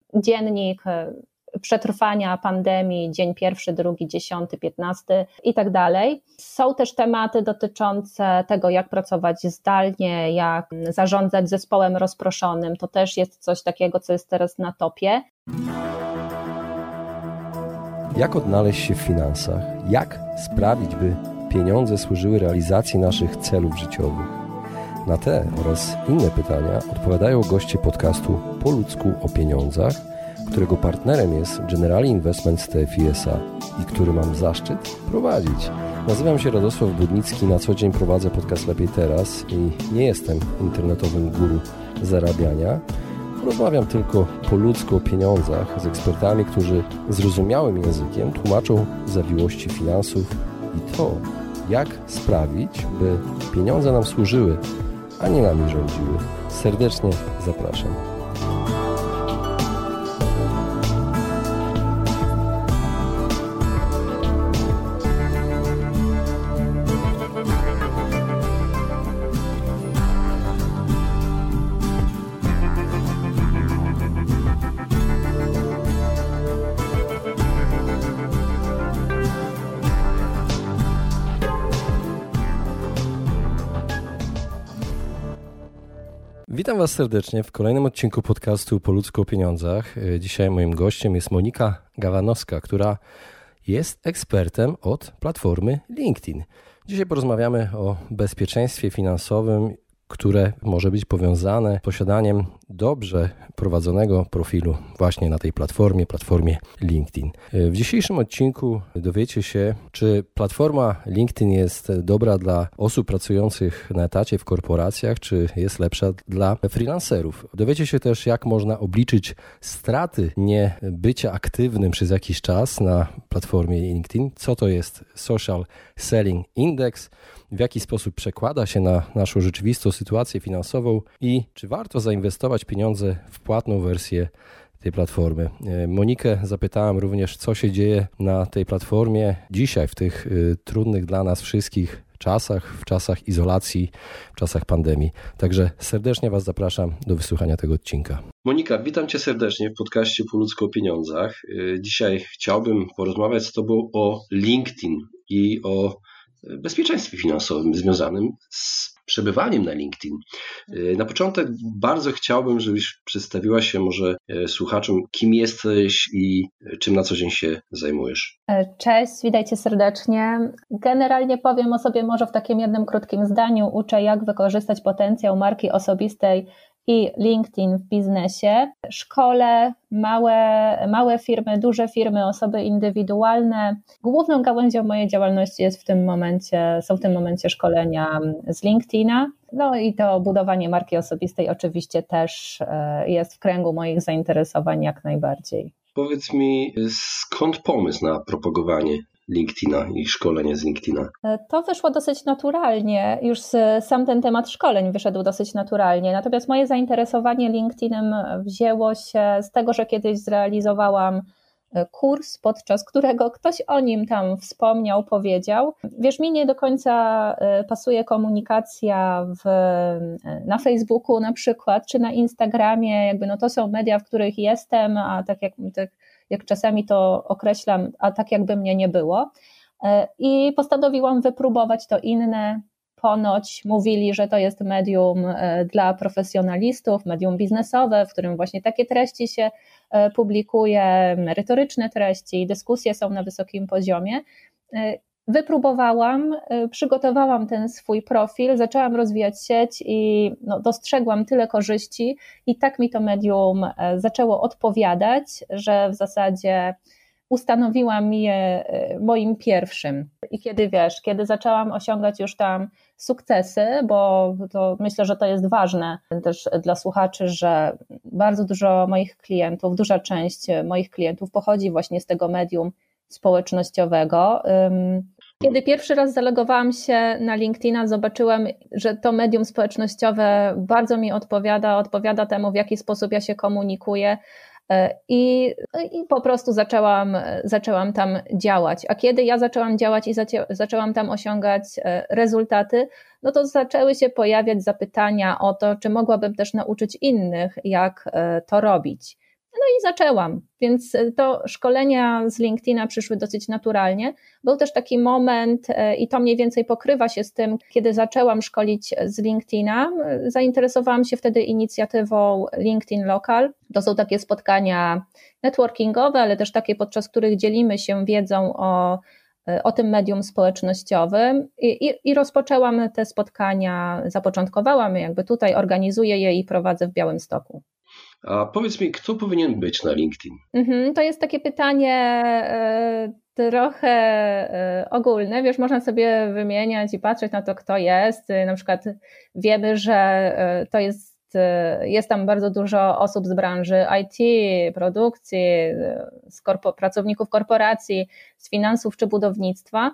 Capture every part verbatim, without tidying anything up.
dziennik przetrwania pandemii, dzień pierwszy, drugi, dziesiąty, piętnasty i tak dalej. Są też tematy dotyczące tego, jak pracować zdalnie, jak zarządzać zespołem rozproszonym. To też jest coś takiego, co jest teraz na topie. Jak odnaleźć się w finansach? Jak sprawić, by pieniądze służyły realizacji naszych celów życiowych? Na te oraz inne pytania odpowiadają goście podcastu Po ludzku o pieniądzach, którego partnerem jest Generali Investments T F I S A i który mam zaszczyt prowadzić. Nazywam się Radosław Budnicki, na co dzień prowadzę podcast Lepiej Teraz i nie jestem internetowym guru zarabiania. Rozmawiam tylko po ludzku o pieniądzach z ekspertami, którzy zrozumiałym językiem tłumaczą zawiłości finansów i to, jak sprawić, by pieniądze nam służyły, a nie nami rządziły. Serdecznie zapraszam. Witam Was serdecznie w kolejnym odcinku podcastu Po ludzku o pieniądzach. Dzisiaj moim gościem jest Monika Gawanowska, która jest ekspertem od platformy LinkedIn. Dzisiaj porozmawiamy o bezpieczeństwie finansowym, które może być powiązane z posiadaniem dobrze prowadzonego profilu właśnie na tej platformie, platformie LinkedIn. W dzisiejszym odcinku dowiecie się, czy platforma LinkedIn jest dobra dla osób pracujących na etacie w korporacjach, czy jest lepsza dla freelancerów. Dowiecie się też, jak można obliczyć straty nie bycia aktywnym przez jakiś czas na platformie LinkedIn, co to jest Social Selling Index, w jaki sposób przekłada się na naszą rzeczywistą sytuację finansową i czy warto zainwestować pieniądze w płatną wersję tej platformy. Monikę zapytałem również, co się dzieje na tej platformie dzisiaj w tych trudnych dla nas wszystkich czasach, w czasach izolacji, w czasach pandemii. Także serdecznie Was zapraszam do wysłuchania tego odcinka. Monika, witam Cię serdecznie w podcaście Po ludzku o pieniądzach. Dzisiaj chciałbym porozmawiać z Tobą o LinkedIn i o bezpieczeństwie finansowym związanym z przebywaniem na LinkedIn. Na początek bardzo chciałbym, żebyś przedstawiła się może słuchaczom, kim jesteś i czym na co dzień się zajmujesz. Cześć, witajcie serdecznie. Generalnie powiem o sobie może w takim jednym krótkim zdaniu. Uczę, jak wykorzystać potencjał marki osobistej i LinkedIn w biznesie. Szkole, małe, małe firmy, duże firmy, osoby indywidualne. Główną gałęzią mojej działalności jest w tym momencie, są w tym momencie szkolenia z LinkedIna. No i to budowanie marki osobistej oczywiście też jest w kręgu moich zainteresowań jak najbardziej. Powiedz mi, skąd pomysł na propagowanie LinkedIna i szkolenie z LinkedIna? To wyszło dosyć naturalnie, już sam ten temat szkoleń wyszedł dosyć naturalnie, natomiast moje zainteresowanie LinkedInem wzięło się z tego, że kiedyś zrealizowałam kurs, podczas którego ktoś o nim tam wspomniał, powiedział. Wiesz, mi nie do końca pasuje komunikacja w, na Facebooku na przykład, czy na Instagramie, jakby no to są media, w których jestem, a tak jak, tak jak czasami to określam, a tak jakby mnie nie było. I postanowiłam wypróbować to inne. Ponoć mówili, że to jest medium dla profesjonalistów, medium biznesowe, w którym właśnie takie treści się publikuje, merytoryczne treści, dyskusje są na wysokim poziomie. Wypróbowałam, przygotowałam ten swój profil, zaczęłam rozwijać sieć i no, dostrzegłam tyle korzyści i tak mi to medium zaczęło odpowiadać, że w zasadzie ustanowiłam je moim pierwszym. I kiedy wiesz, kiedy zaczęłam osiągać już tam sukcesy, bo to myślę, że to jest ważne też dla słuchaczy, że bardzo dużo moich klientów, duża część moich klientów pochodzi właśnie z tego medium społecznościowego. Kiedy pierwszy raz zalogowałam się na LinkedIna, zobaczyłam, że to medium społecznościowe bardzo mi odpowiada, odpowiada temu, w jaki sposób ja się komunikuję. I, i po prostu zaczęłam, zaczęłam tam działać. A kiedy ja zaczęłam działać i zacie, zaczęłam tam osiągać rezultaty, no to zaczęły się pojawiać zapytania o to, czy mogłabym też nauczyć innych, jak to robić. No i zaczęłam, więc to szkolenia z LinkedIna przyszły dosyć naturalnie. Był też taki moment i to mniej więcej pokrywa się z tym, kiedy zaczęłam szkolić z LinkedIna. Zainteresowałam się wtedy inicjatywą LinkedIn Local. To są takie spotkania networkingowe, ale też takie, podczas których dzielimy się wiedzą o, o tym medium społecznościowym I, i, i rozpoczęłam te spotkania, zapoczątkowałam je, jakby tutaj organizuję je i prowadzę w Białymstoku. A powiedz mi, kto powinien być na LinkedIn? Mhm, to jest takie pytanie y, trochę y, ogólne, wiesz, można sobie wymieniać i patrzeć na to, kto jest. Na przykład wiemy, że y, to jest, y, jest tam bardzo dużo osób z branży I T, produkcji, y, z korpo, pracowników korporacji, z finansów czy budownictwa,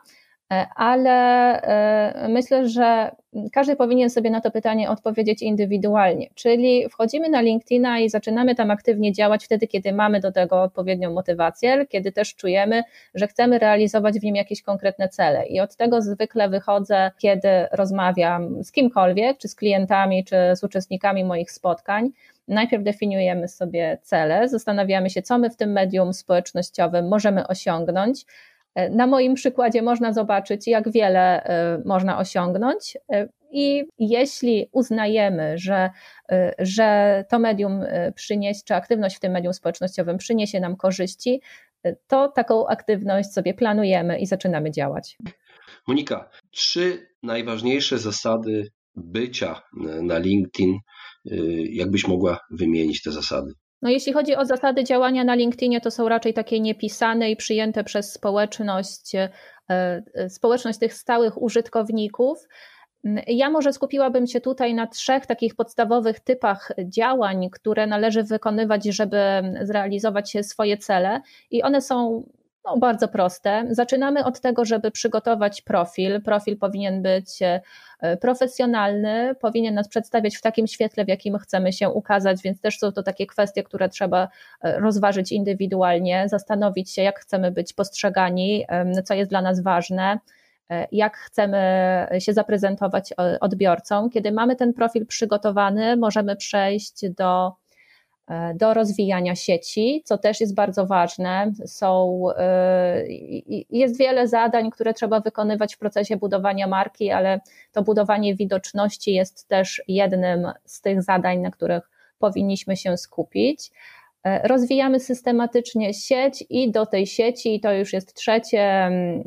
ale myślę, że każdy powinien sobie na to pytanie odpowiedzieć indywidualnie, czyli wchodzimy na LinkedIna i zaczynamy tam aktywnie działać wtedy, kiedy mamy do tego odpowiednią motywację, kiedy też czujemy, że chcemy realizować w nim jakieś konkretne cele i od tego zwykle wychodzę, kiedy rozmawiam z kimkolwiek, czy z klientami, czy z uczestnikami moich spotkań. Najpierw definiujemy sobie cele, zastanawiamy się, co my w tym medium społecznościowym możemy osiągnąć. Na moim przykładzie można zobaczyć, jak wiele można osiągnąć i jeśli uznajemy, że, że to medium przyniesie, czy aktywność w tym medium społecznościowym przyniesie nam korzyści, to taką aktywność sobie planujemy i zaczynamy działać. Monika, trzy najważniejsze zasady bycia na LinkedIn, jakbyś mogła wymienić te zasady? No jeśli chodzi o zasady działania na LinkedInie, to są raczej takie niepisane i przyjęte przez społeczność, społeczność tych stałych użytkowników. Ja może skupiłabym się tutaj na trzech takich podstawowych typach działań, które należy wykonywać, żeby zrealizować swoje cele i one są no, bardzo proste. Zaczynamy od tego, żeby przygotować profil. Profil powinien być profesjonalny, powinien nas przedstawiać w takim świetle, w jakim chcemy się ukazać, więc też są to takie kwestie, które trzeba rozważyć indywidualnie, zastanowić się, jak chcemy być postrzegani, co jest dla nas ważne, jak chcemy się zaprezentować odbiorcom. Kiedy mamy ten profil przygotowany, możemy przejść do do rozwijania sieci, co też jest bardzo ważne. Są, jest wiele zadań, które trzeba wykonywać w procesie budowania marki, ale to budowanie widoczności jest też jednym z tych zadań, na których powinniśmy się skupić. Rozwijamy systematycznie sieć i do tej sieci, i to już jest trzecie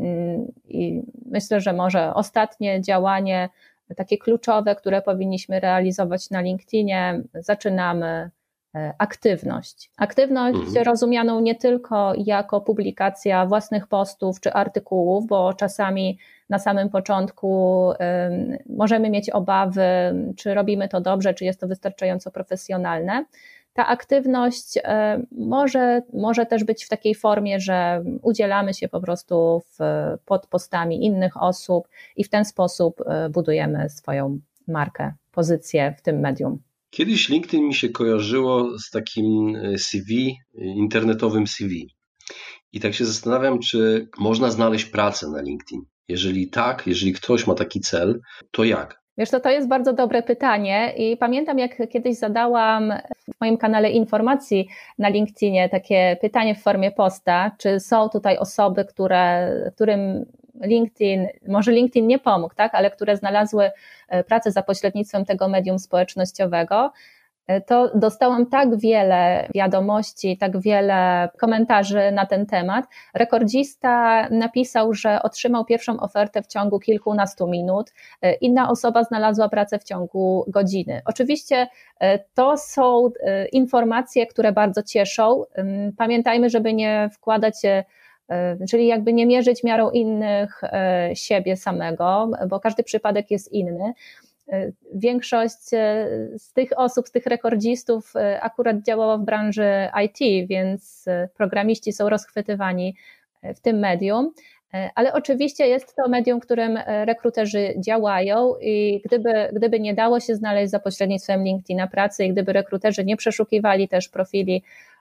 i myślę, że może ostatnie działanie, takie kluczowe, które powinniśmy realizować na LinkedInie, zaczynamy aktywność. Aktywność mhm. rozumianą nie tylko jako publikacja własnych postów czy artykułów, bo czasami na samym początku um, możemy mieć obawy, czy robimy to dobrze, czy jest to wystarczająco profesjonalne. Ta aktywność um, może, może też być w takiej formie, że udzielamy się po prostu w, pod postami innych osób i w ten sposób budujemy swoją markę, pozycję w tym medium. Kiedyś LinkedIn mi się kojarzyło z takim C V, internetowym C V. I tak się zastanawiam, czy można znaleźć pracę na LinkedIn. Jeżeli tak, jeżeli ktoś ma taki cel, to jak? Wiesz co, to jest bardzo dobre pytanie i pamiętam, jak kiedyś zadałam w moim kanale informacji na LinkedInie takie pytanie w formie posta, czy są tutaj osoby, które, którym LinkedIn, może LinkedIn nie pomógł, tak, ale które znalazły pracę za pośrednictwem tego medium społecznościowego, to dostałam tak wiele wiadomości, tak wiele komentarzy na ten temat. Rekordzista napisał, że otrzymał pierwszą ofertę w ciągu kilkunastu minut, inna osoba znalazła pracę w ciągu godziny. Oczywiście to są informacje, które bardzo cieszą. Pamiętajmy, żeby nie wkładać się, czyli jakby nie mierzyć miarą innych siebie samego, bo każdy przypadek jest inny. Większość z tych osób, z tych rekordzistów akurat działała w branży I T, więc programiści są rozchwytywani w tym medium, ale oczywiście jest to medium, w którym rekruterzy działają i gdyby, gdyby nie dało się znaleźć za pośrednictwem LinkedIna pracy i gdyby rekruterzy nie przeszukiwali też profili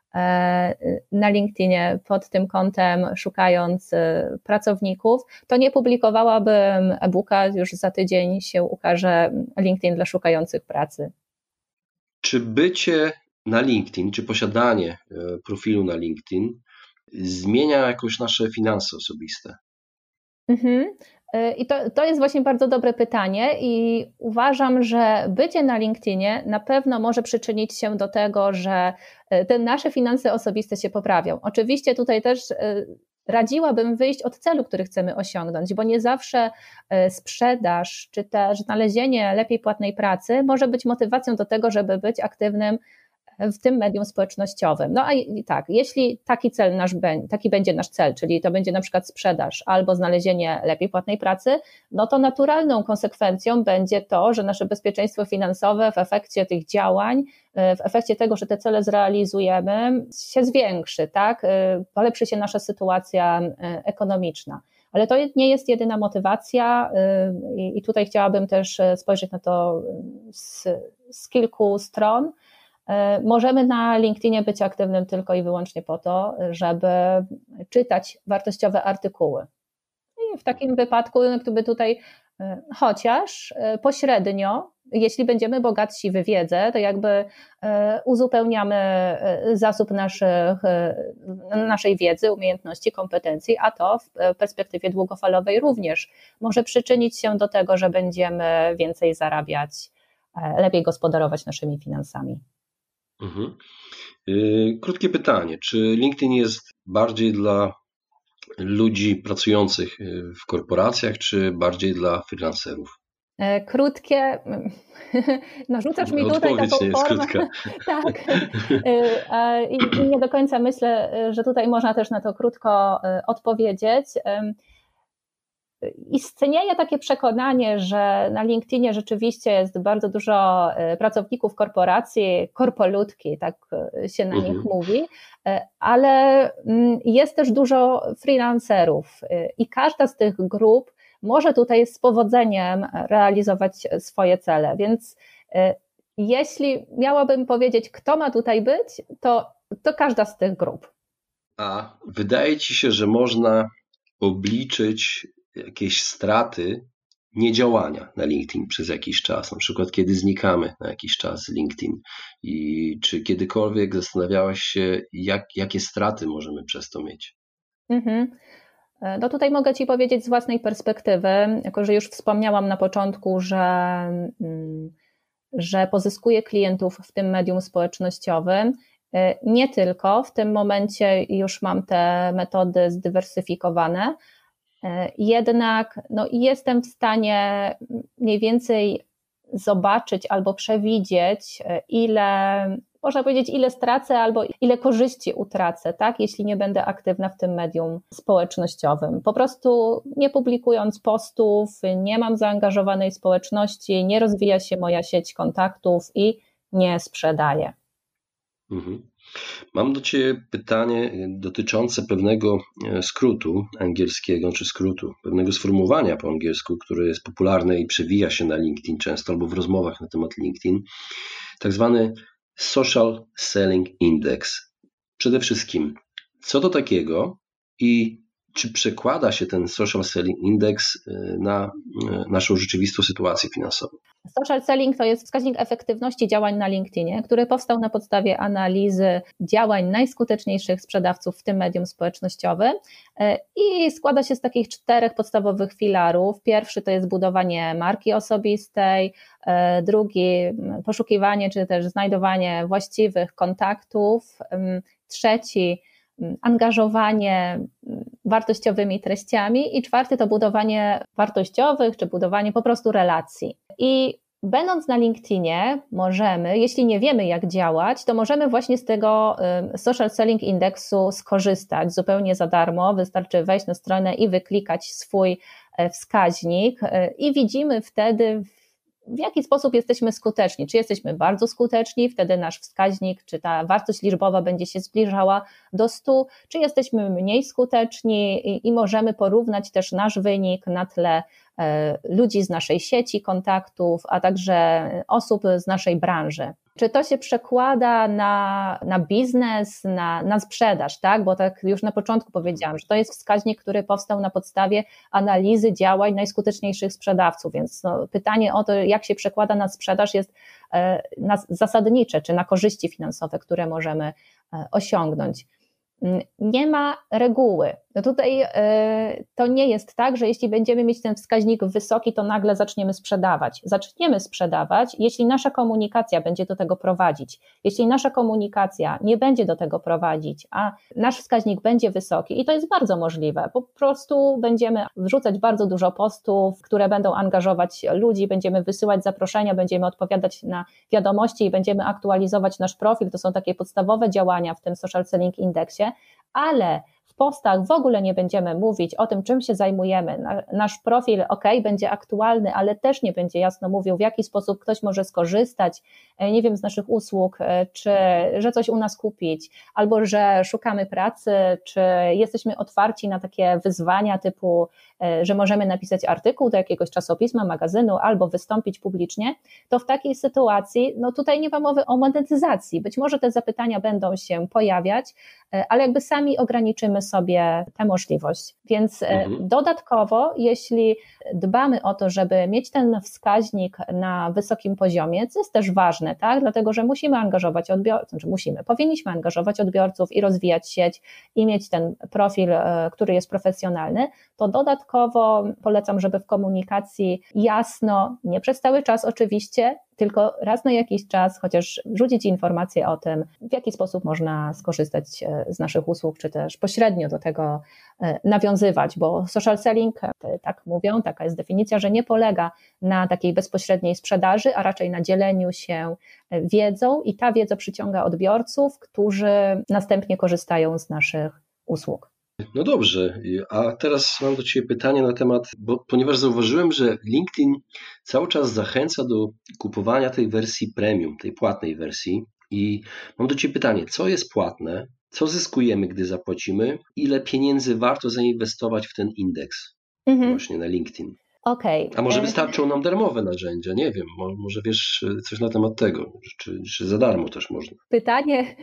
na LinkedInie pod tym kątem, szukając pracowników, to nie publikowałabym e-booka, już za tydzień się ukaże LinkedIn dla szukających pracy. Czy bycie na LinkedIn, czy posiadanie profilu na LinkedIn zmienia jakoś nasze finanse osobiste? Mhm. I to, to jest właśnie bardzo dobre pytanie i uważam, że bycie na LinkedInie na pewno może przyczynić się do tego, że te nasze finanse osobiste się poprawią. Oczywiście tutaj też radziłabym wyjść od celu, który chcemy osiągnąć, bo nie zawsze sprzedaż czy też znalezienie lepiej płatnej pracy może być motywacją do tego, żeby być aktywnym w tym medium społecznościowym. No a tak, jeśli taki cel nasz, taki będzie nasz cel, czyli to będzie na przykład sprzedaż albo znalezienie lepiej płatnej pracy, no to naturalną konsekwencją będzie to, że nasze bezpieczeństwo finansowe w efekcie tych działań, w efekcie tego, że te cele zrealizujemy, się zwiększy, tak? Polepszy się nasza sytuacja ekonomiczna. Ale to nie jest jedyna motywacja i tutaj chciałabym też spojrzeć na to z, z kilku stron. Możemy na LinkedInie być aktywnym tylko i wyłącznie po to, żeby czytać wartościowe artykuły. I w takim wypadku, gdyby tutaj chociaż pośrednio, jeśli będziemy bogatsi w wiedzę, to jakby uzupełniamy zasób naszych, naszej wiedzy, umiejętności, kompetencji, a to w perspektywie długofalowej również może przyczynić się do tego, że będziemy więcej zarabiać, lepiej gospodarować naszymi finansami. Mhm. Krótkie pytanie, czy LinkedIn jest bardziej dla ludzi pracujących w korporacjach, czy bardziej dla freelancerów? Krótkie, no rzucasz mi tutaj Odpowiedź taką nie jest formę, krótka. tak, i nie do końca myślę, że tutaj można też na to krótko odpowiedzieć. Istnieje takie przekonanie, że na LinkedInie rzeczywiście jest bardzo dużo pracowników korporacji, korpoludki, tak się na mhm. nich mówi, ale jest też dużo freelancerów i każda z tych grup może tutaj z powodzeniem realizować swoje cele, więc jeśli miałabym powiedzieć, kto ma tutaj być, to, to każda z tych grup. A wydaje Ci się, że można obliczyć jakieś straty niedziałania na LinkedIn przez jakiś czas, na przykład kiedy znikamy na jakiś czas z LinkedIn i czy kiedykolwiek zastanawiałaś się, jak, jakie straty możemy przez to mieć? Mhm. No tutaj mogę Ci powiedzieć z własnej perspektywy, jako że już wspomniałam na początku, że, że pozyskuję klientów w tym medium społecznościowym. Nie tylko, w tym momencie już mam te metody zdywersyfikowane, jednak no, jestem w stanie mniej więcej zobaczyć albo przewidzieć, ile, można powiedzieć, ile stracę albo ile korzyści utracę, tak, jeśli nie będę aktywna w tym medium społecznościowym. Po prostu nie publikując postów, nie mam zaangażowanej społeczności, nie rozwija się moja sieć kontaktów i nie sprzedaję. Mhm. Mam do Ciebie pytanie dotyczące pewnego skrótu angielskiego, czy skrótu, pewnego sformułowania po angielsku, które jest popularne i przewija się na LinkedIn często albo w rozmowach na temat LinkedIn, tak zwany Social Selling Index. Przede wszystkim, co to takiego i czy przekłada się ten Social Selling Index na naszą rzeczywistą sytuację finansową? Social selling to jest wskaźnik efektywności działań na LinkedInie, który powstał na podstawie analizy działań najskuteczniejszych sprzedawców w tym medium społecznościowym i składa się z takich czterech podstawowych filarów. Pierwszy to jest budowanie marki osobistej, drugi poszukiwanie czy też znajdowanie właściwych kontaktów, trzeci angażowanie wartościowymi treściami i czwarty to budowanie wartościowych czy budowanie po prostu relacji. I będąc na LinkedInie możemy, jeśli nie wiemy jak działać, to możemy właśnie z tego Social Selling Indexu skorzystać zupełnie za darmo. Wystarczy wejść na stronę i wyklikać swój wskaźnik i widzimy wtedy, w jaki sposób jesteśmy skuteczni. Czy jesteśmy bardzo skuteczni, wtedy nasz wskaźnik, czy ta wartość liczbowa będzie się zbliżała do stu, czy jesteśmy mniej skuteczni i, i możemy porównać też nasz wynik na tle e, ludzi z naszej sieci kontaktów, a także osób z naszej branży. Czy to się przekłada na, na biznes, na, na sprzedaż, tak? Bo tak już na początku powiedziałam, że to jest wskaźnik, który powstał na podstawie analizy działań najskuteczniejszych sprzedawców, więc no, pytanie o to, jak się przekłada na sprzedaż, jest e, na, zasadnicze, czy na korzyści finansowe, które możemy e, osiągnąć. Nie ma reguły. No tutaj y, to nie jest tak, że jeśli będziemy mieć ten wskaźnik wysoki, to nagle zaczniemy sprzedawać. Zaczniemy sprzedawać, jeśli nasza komunikacja będzie do tego prowadzić. Jeśli nasza komunikacja nie będzie do tego prowadzić, a nasz wskaźnik będzie wysoki, i to jest bardzo możliwe, po prostu będziemy wrzucać bardzo dużo postów, które będą angażować ludzi, będziemy wysyłać zaproszenia, będziemy odpowiadać na wiadomości i będziemy aktualizować nasz profil. To są takie podstawowe działania w tym Social Selling Indexie, ale w postach w ogóle nie będziemy mówić o tym, czym się zajmujemy. Nasz profil, ok, będzie aktualny, ale też nie będzie jasno mówił, w jaki sposób ktoś może skorzystać, nie wiem, z naszych usług, czy że coś u nas kupić, albo że szukamy pracy, czy jesteśmy otwarci na takie wyzwania typu, że możemy napisać artykuł do jakiegoś czasopisma, magazynu, albo wystąpić publicznie, to w takiej sytuacji, no tutaj nie ma mowy o monetyzacji. Być może te zapytania będą się pojawiać, ale jakby sami ograniczymy sobie tę możliwość. Więc mhm. dodatkowo, jeśli dbamy o to, żeby mieć ten wskaźnik na wysokim poziomie, co jest też ważne, tak? Dlatego, że musimy angażować odbiorców, znaczy musimy, powinniśmy angażować odbiorców i rozwijać sieć i mieć ten profil, który jest profesjonalny, to dodatkowo polecam, żeby w komunikacji jasno, nie przez cały czas oczywiście, tylko raz na jakiś czas chociaż rzucić informacje o tym, w jaki sposób można skorzystać z naszych usług, czy też pośrednio do tego nawiązywać, bo social selling, tak mówią, taka jest definicja, że nie polega na takiej bezpośredniej sprzedaży, a raczej na dzieleniu się wiedzą i ta wiedza przyciąga odbiorców, którzy następnie korzystają z naszych usług. No dobrze, a teraz mam do Ciebie pytanie na temat, bo ponieważ zauważyłem, że LinkedIn cały czas zachęca do kupowania tej wersji premium, tej płatnej wersji i mam do Ciebie pytanie, co jest płatne, co zyskujemy, gdy zapłacimy, ile pieniędzy warto zainwestować w ten indeks mhm. właśnie na LinkedIn? Okay. A może wystarczą nam darmowe narzędzia? Nie wiem, może wiesz coś na temat tego, czy, czy za darmo też można? Pytanie,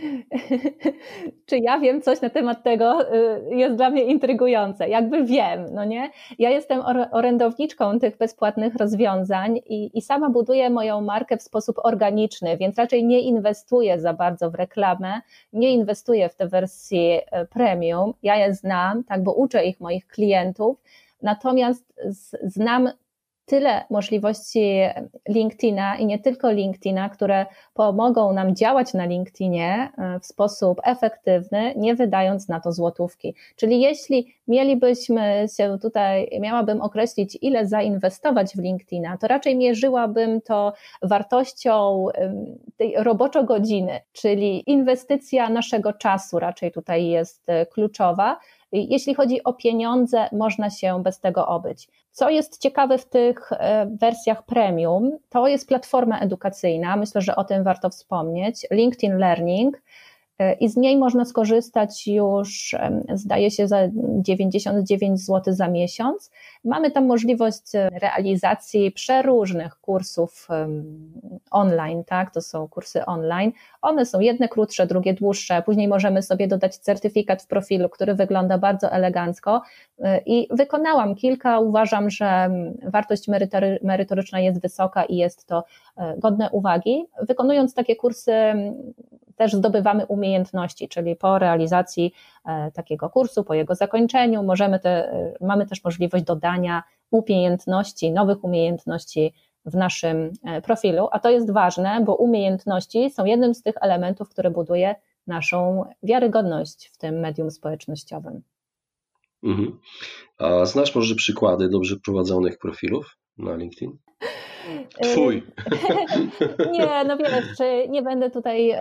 czy ja wiem coś na temat tego, jest dla mnie intrygujące. Jakby wiem, no nie? Ja jestem orędowniczką tych bezpłatnych rozwiązań i, i sama buduję moją markę w sposób organiczny, więc raczej nie inwestuję za bardzo w reklamę, nie inwestuję w te wersje premium. Ja je znam, tak, bo uczę ich moich klientów. Natomiast znam tyle możliwości LinkedIna i nie tylko LinkedIna, które pomogą nam działać na LinkedInie w sposób efektywny, nie wydając na to złotówki. Czyli jeśli mielibyśmy się tutaj, miałabym określić, ile zainwestować w LinkedIna, to raczej mierzyłabym to wartością tej roboczo godziny, czyli inwestycja naszego czasu raczej tutaj jest kluczowa. Jeśli chodzi o pieniądze, można się bez tego obyć. Co jest ciekawe w tych wersjach premium, to jest platforma edukacyjna, myślę, że o tym warto wspomnieć, LinkedIn Learning, i z niej można skorzystać już, zdaje się, za dziewięćdziesiąt dziewięć złotych za miesiąc. Mamy tam możliwość realizacji przeróżnych kursów online, tak? To są kursy online. One są jedne krótsze, drugie dłuższe. Później możemy sobie dodać certyfikat w profilu, który wygląda bardzo elegancko i wykonałam kilka. Uważam, że wartość merytoryczna jest wysoka i jest to godne uwagi. Wykonując takie kursy też zdobywamy umiejętności, czyli po realizacji takiego kursu, po jego zakończeniu możemy te, mamy też możliwość dodania umiejętności, nowych umiejętności w naszym profilu, a to jest ważne, bo umiejętności są jednym z tych elementów, które buduje naszą wiarygodność w tym medium społecznościowym. Mhm. A znasz może przykłady dobrze prowadzonych profilów na LinkedIn? Twój. Nie, no wiesz, nie będę tutaj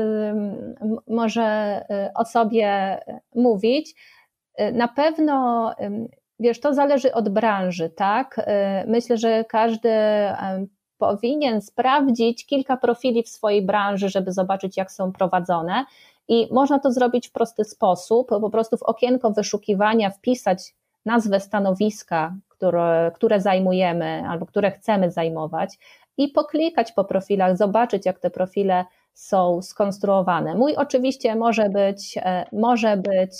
może o sobie mówić. Na pewno, wiesz, to zależy od branży, tak? Myślę, że każdy powinien sprawdzić kilka profili w swojej branży, żeby zobaczyć, jak są prowadzone, i można to zrobić w prosty sposób, po prostu w okienko wyszukiwania wpisać nazwę stanowiska, które, które zajmujemy albo które chcemy zajmować i poklikać po profilach, zobaczyć, jak te profile są skonstruowane. Mój oczywiście może być, może być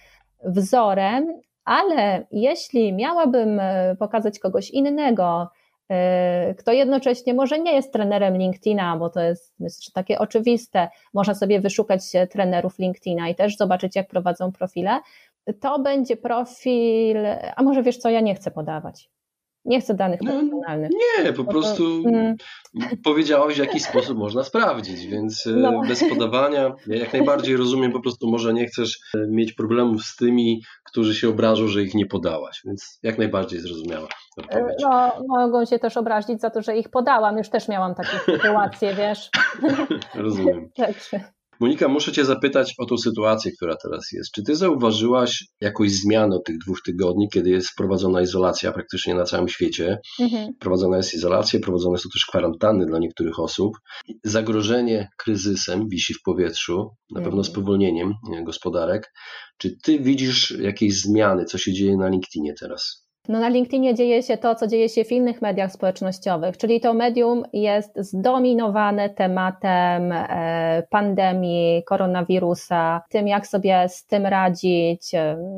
wzorem, ale jeśli miałabym pokazać kogoś innego, kto jednocześnie może nie jest trenerem LinkedIna, bo to jest myślę, takie oczywiste, można sobie wyszukać trenerów LinkedIna i też zobaczyć, jak prowadzą profile, to będzie profil, a może wiesz co, ja nie chcę podawać. Nie chcę danych no, personalnych. Nie, po prostu to, hmm. powiedziałaś, w jaki sposób można sprawdzić, więc no. bez podawania. Ja jak najbardziej rozumiem, po prostu może nie chcesz mieć problemów z tymi, którzy się obrażą, że ich nie podałaś, więc jak najbardziej zrozumiała odpowiedź. No, mogą się też obrazić za to, że ich podałam. Już też miałam takie sytuacje, wiesz. Rozumiem. Także. Monika, muszę Cię zapytać o tą sytuację, która teraz jest. Czy Ty zauważyłaś jakąś zmianę od tych dwóch tygodni, kiedy jest wprowadzona izolacja praktycznie na całym świecie? Mhm. Prowadzona jest izolacja, prowadzone są też kwarantanny dla niektórych osób. Zagrożenie kryzysem wisi w powietrzu, na mhm. pewno spowolnieniem gospodarek. Czy Ty widzisz jakieś zmiany, co się dzieje na LinkedInie teraz? No na LinkedInie dzieje się to, co dzieje się w innych mediach społecznościowych, czyli to medium jest zdominowane tematem pandemii, koronawirusa, tym jak sobie z tym radzić,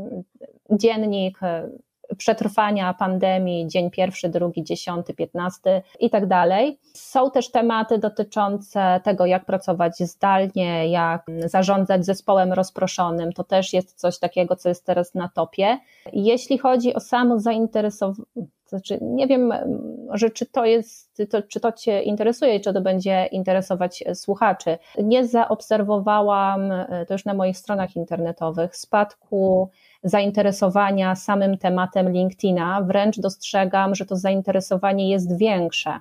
dziennik przetrwania pandemii, dzień pierwszy, drugi, dziesiąty, piętnasty i tak dalej. Są też tematy dotyczące tego, jak pracować zdalnie, jak zarządzać zespołem rozproszonym. To też jest coś takiego, co jest teraz na topie. Jeśli chodzi o samo zainteresowanie, znaczy nie wiem, że czy to jest, to, czy to Cię interesuje i czy to będzie interesować słuchaczy. Nie zaobserwowałam, to już na moich stronach internetowych, spadku zainteresowania samym tematem LinkedIna, wręcz dostrzegam, że to zainteresowanie jest większe.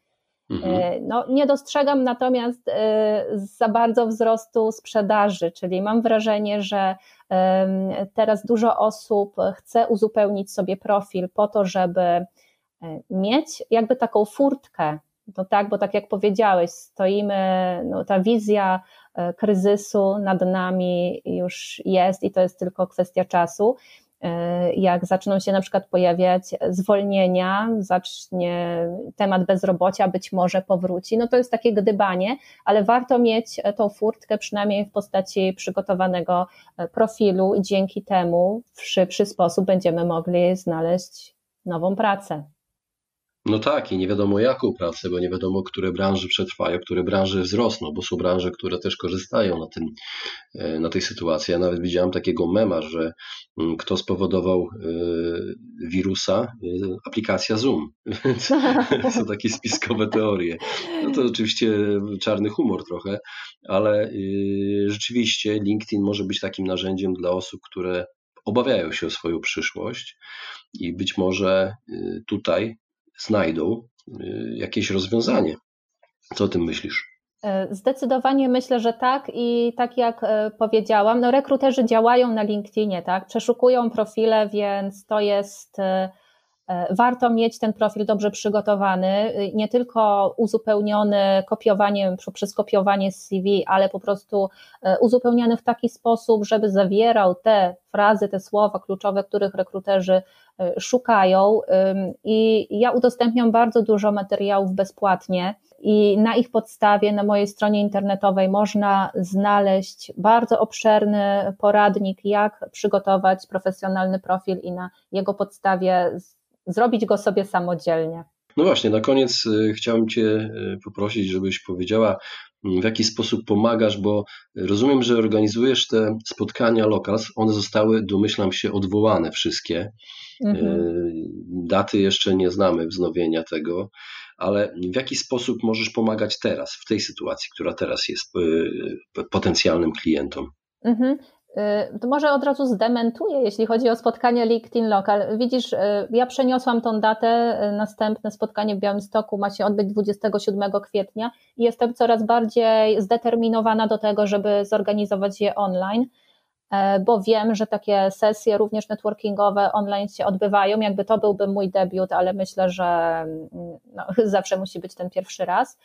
Mhm. No, nie dostrzegam natomiast za bardzo wzrostu sprzedaży, czyli mam wrażenie, że teraz dużo osób chce uzupełnić sobie profil po to, żeby mieć jakby taką furtkę. To tak, bo tak jak powiedziałeś, stoimy, no, ta wizja kryzysu nad nami już jest i to jest tylko kwestia czasu. Jak zaczną się na przykład pojawiać zwolnienia, zacznie temat bezrobocia, być może powróci, no to jest takie gdybanie, ale warto mieć tą furtkę przynajmniej w postaci przygotowanego profilu i dzięki temu w szybszy sposób będziemy mogli znaleźć nową pracę. No tak, i nie wiadomo jaką pracę, bo nie wiadomo, które branże przetrwają, które branże wzrosną, bo są branże, które też korzystają na tym, na tej sytuacji. Ja nawet widziałem takiego mema, że kto spowodował wirusa, aplikacja Zoom. Więc są takie spiskowe teorie. No to oczywiście czarny humor trochę, ale rzeczywiście LinkedIn może być takim narzędziem dla osób, które obawiają się o swoją przyszłość i być może tutaj znajdą jakieś rozwiązanie. Co o tym myślisz? Zdecydowanie myślę, że tak i tak jak powiedziałam, no rekruterzy działają na LinkedInie, tak? Przeszukują profile, więc to jest, warto mieć ten profil dobrze przygotowany, nie tylko uzupełniony kopiowaniem, przez kopiowanie z C V, ale po prostu uzupełniany w taki sposób, żeby zawierał te frazy, te słowa kluczowe, których rekruterzy szukają i ja udostępniam bardzo dużo materiałów bezpłatnie i na ich podstawie na mojej stronie internetowej można znaleźć bardzo obszerny poradnik, jak przygotować profesjonalny profil i na jego podstawie zrobić go sobie samodzielnie. No właśnie, na koniec chciałem Cię poprosić, żebyś powiedziała, w jaki sposób pomagasz, bo rozumiem, że organizujesz te spotkania Locals, one zostały, domyślam się, odwołane wszystkie. Mhm. Daty jeszcze nie znamy wznowienia tego, ale w jaki sposób możesz pomagać teraz, w tej sytuacji, która teraz jest potencjalnym klientom? Mhm. To może od razu zdementuję, jeśli chodzi o spotkanie LinkedIn Local. Widzisz, ja przeniosłam tą datę, następne spotkanie w Białymstoku ma się odbyć dwudziestego siódmego kwietnia i jestem coraz bardziej zdeterminowana do tego, żeby zorganizować je online, bo wiem, że takie sesje również networkingowe online się odbywają, jakby to byłby mój debiut, ale myślę, że no, zawsze musi być ten pierwszy raz.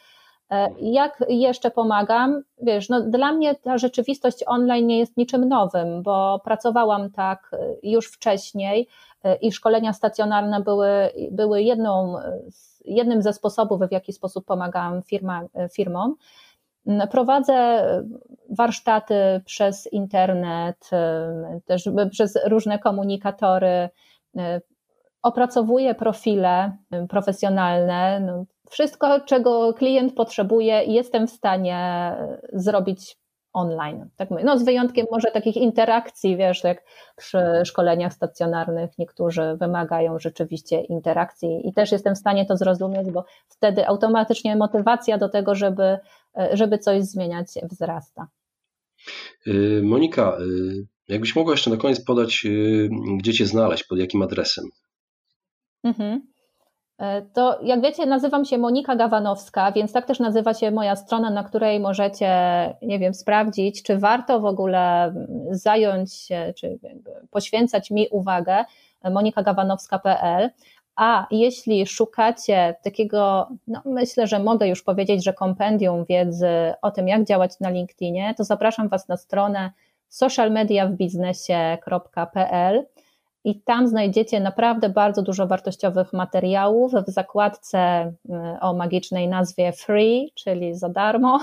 Jak jeszcze pomagam? Wiesz, no dla mnie ta rzeczywistość online nie jest niczym nowym, bo pracowałam tak już wcześniej i szkolenia stacjonarne były, były jedną, jednym ze sposobów, w jaki sposób pomagałam firma, firmom. Prowadzę warsztaty przez internet, też przez różne komunikatory, opracowuję profile profesjonalne, no, wszystko, czego klient potrzebuje, jestem w stanie zrobić online. Tak mówię. No, z wyjątkiem może takich interakcji, wiesz, jak przy szkoleniach stacjonarnych niektórzy wymagają rzeczywiście interakcji i też jestem w stanie to zrozumieć, bo wtedy automatycznie motywacja do tego, żeby, żeby coś zmieniać, wzrasta. Monika, jakbyś mogła jeszcze na koniec podać, gdzie Cię znaleźć, pod jakim adresem? Mhm. To jak wiecie, nazywam się Monika Gawanowska, więc tak też nazywa się moja strona, na której możecie, nie wiem, sprawdzić, czy warto w ogóle zająć się, czy poświęcać mi uwagę, monika gawanowska kropka p l. A jeśli szukacie takiego, no myślę, że mogę już powiedzieć, że kompendium wiedzy o tym, jak działać na LinkedInie, to zapraszam Was na stronę social media w biznesie kropka p l. I tam znajdziecie naprawdę bardzo dużo wartościowych materiałów. W zakładce o magicznej nazwie free, czyli za darmo,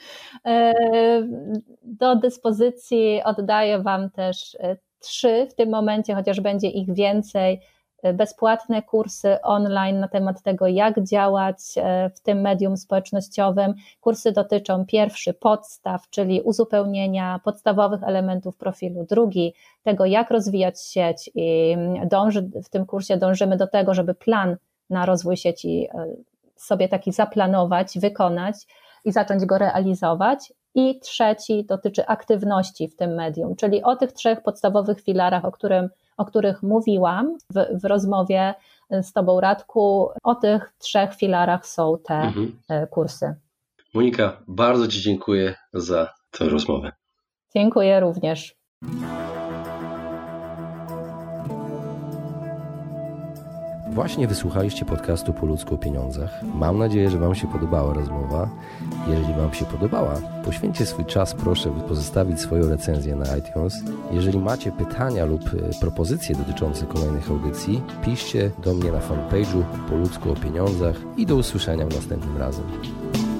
do dyspozycji oddaję Wam też trzy w tym momencie, chociaż będzie ich więcej, bezpłatne kursy online na temat tego, jak działać w tym medium społecznościowym. Kursy dotyczą pierwszy podstaw, czyli uzupełnienia podstawowych elementów profilu, drugi tego, jak rozwijać sieć i dąży, w tym kursie dążymy do tego, żeby plan na rozwój sieci sobie taki zaplanować, wykonać i zacząć go realizować. I trzeci dotyczy aktywności w tym medium, czyli o tych trzech podstawowych filarach, o którym o których mówiłam w, w rozmowie z Tobą, Radku, o tych trzech filarach są te mhm. kursy. Monika, bardzo Ci dziękuję za tę rozmowę. Dziękuję również. Właśnie wysłuchaliście podcastu Po ludzku o pieniądzach. Mam nadzieję, że Wam się podobała rozmowa. Jeżeli Wam się podobała, poświęćcie swój czas, proszę, by pozostawić swoją recenzję na iTunes. Jeżeli macie pytania lub propozycje dotyczące kolejnych audycji, piszcie do mnie na fanpage'u Po ludzku o pieniądzach i do usłyszenia następnym razem.